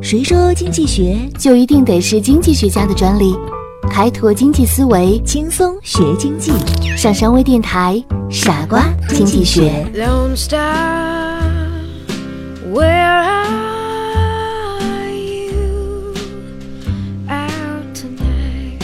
谁说经济学就一定得是经济学家的专利？开拓经济思维， 轻松学经济。 上山微电台，傻瓜经济学。 Lone Star, where are you out tonight?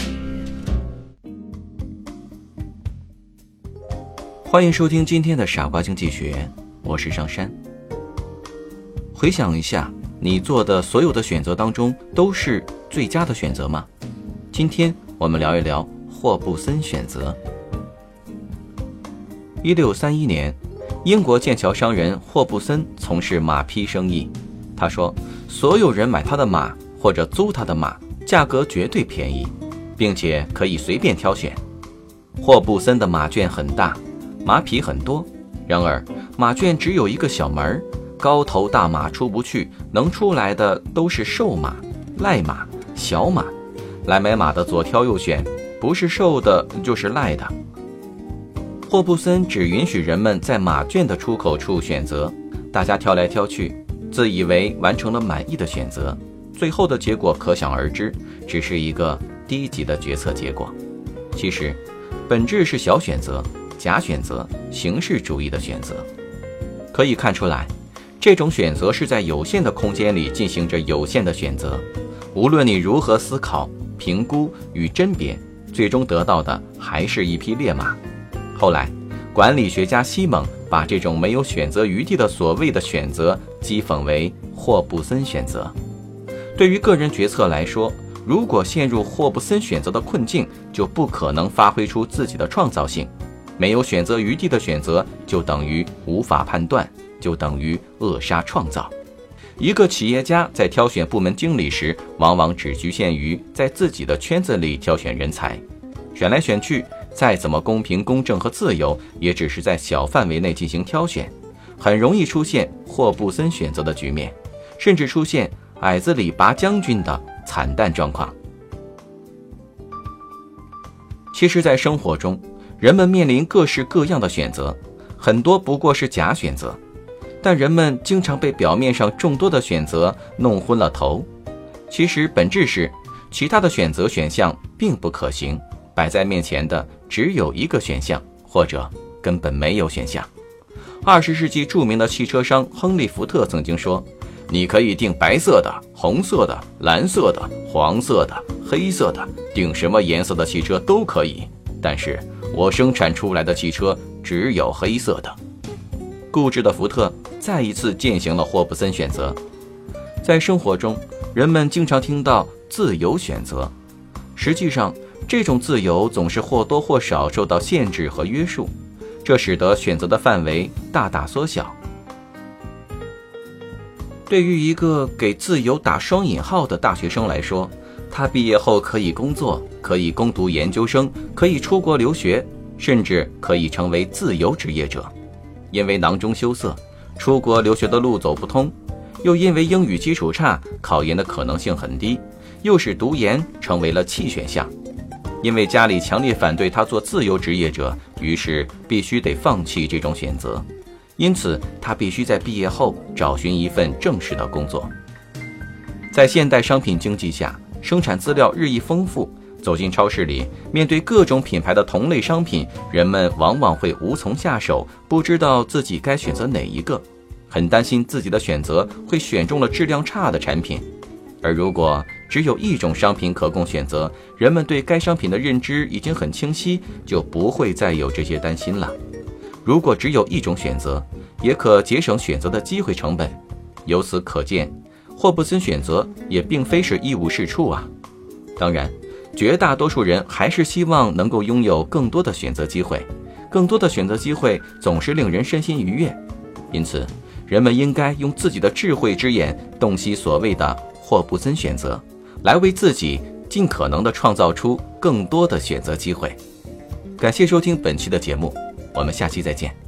欢迎收听今天的傻瓜经济学，我是上山。回想一下，你做的所有的选择当中都是最佳的选择吗？今天我们聊一聊霍布森选择。1631年，英国剑桥商人霍布森从事马匹生意。他说，所有人买他的马或者租他的马，价格绝对便宜，并且可以随便挑选。霍布森的马圈很大，马匹很多，然而马圈只有一个小门，高头大马出不去，能出来的都是瘦马、赖马、小马。来买马的左挑右选，不是瘦的就是赖的。霍布森只允许人们在马圈的出口处选择，大家挑来挑去，自以为完成了满意的选择，最后的结果可想而知，只是一个低级的决策结果。其实本质是小选择、假选择、形式主义的选择。可以看出来，这种选择是在有限的空间里进行着有限的选择，无论你如何思考、评估与甄别，最终得到的还是一匹烈马。后来管理学家西蒙把这种没有选择余地的所谓的选择讥讽为霍布森选择。对于个人决策来说，如果陷入霍布森选择的困境，就不可能发挥出自己的创造性。没有选择余地的选择就等于无法判断，就等于扼杀创造。一个企业家在挑选部门经理时，往往只局限于在自己的圈子里挑选人才，选来选去，再怎么公平公正和自由，也只是在小范围内进行挑选，很容易出现霍布森选择的局面，甚至出现矮子里拔将军的惨淡状况。其实在生活中，人们面临各式各样的选择，很多不过是假选择，但人们经常被表面上众多的选择弄昏了头。其实本质是，其他的选择选项并不可行，摆在面前的只有一个选项，或者根本没有选项。20世纪著名的汽车商亨利·福特曾经说，你可以订白色的、红色的、蓝色的、黄色的、黑色的，订什么颜色的汽车都可以，但是我生产出来的汽车只有黑色的。固执的福特再一次践行了霍布森选择。在生活中，人们经常听到自由选择，实际上这种自由总是或多或少受到限制和约束，这使得选择的范围大大缩小。对于一个给自由打双引号的大学生来说，他毕业后可以工作，可以攻读研究生，可以出国留学，甚至可以成为自由职业者。因为囊中羞涩，出国留学的路走不通，又因为英语基础差，考研的可能性很低，又使读研成为了弃选项。因为家里强烈反对他做自由职业者，于是必须得放弃这种选择，因此他必须在毕业后找寻一份正式的工作。在现代商品经济下，生产资料日益丰富，走进超市里，面对各种品牌的同类商品，人们往往会无从下手，不知道自己该选择哪一个，很担心自己的选择会选中了质量差的产品。而如果只有一种商品可供选择，人们对该商品的认知已经很清晰，就不会再有这些担心了。如果只有一种选择，也可节省选择的机会成本。由此可见，霍布森选择也并非是一无是处啊。当然，绝大多数人还是希望能够拥有更多的选择机会，更多的选择机会总是令人身心愉悦。因此，人们应该用自己的智慧之眼洞悉所谓的霍布森选择，来为自己尽可能地创造出更多的选择机会。感谢收听本期的节目，我们下期再见。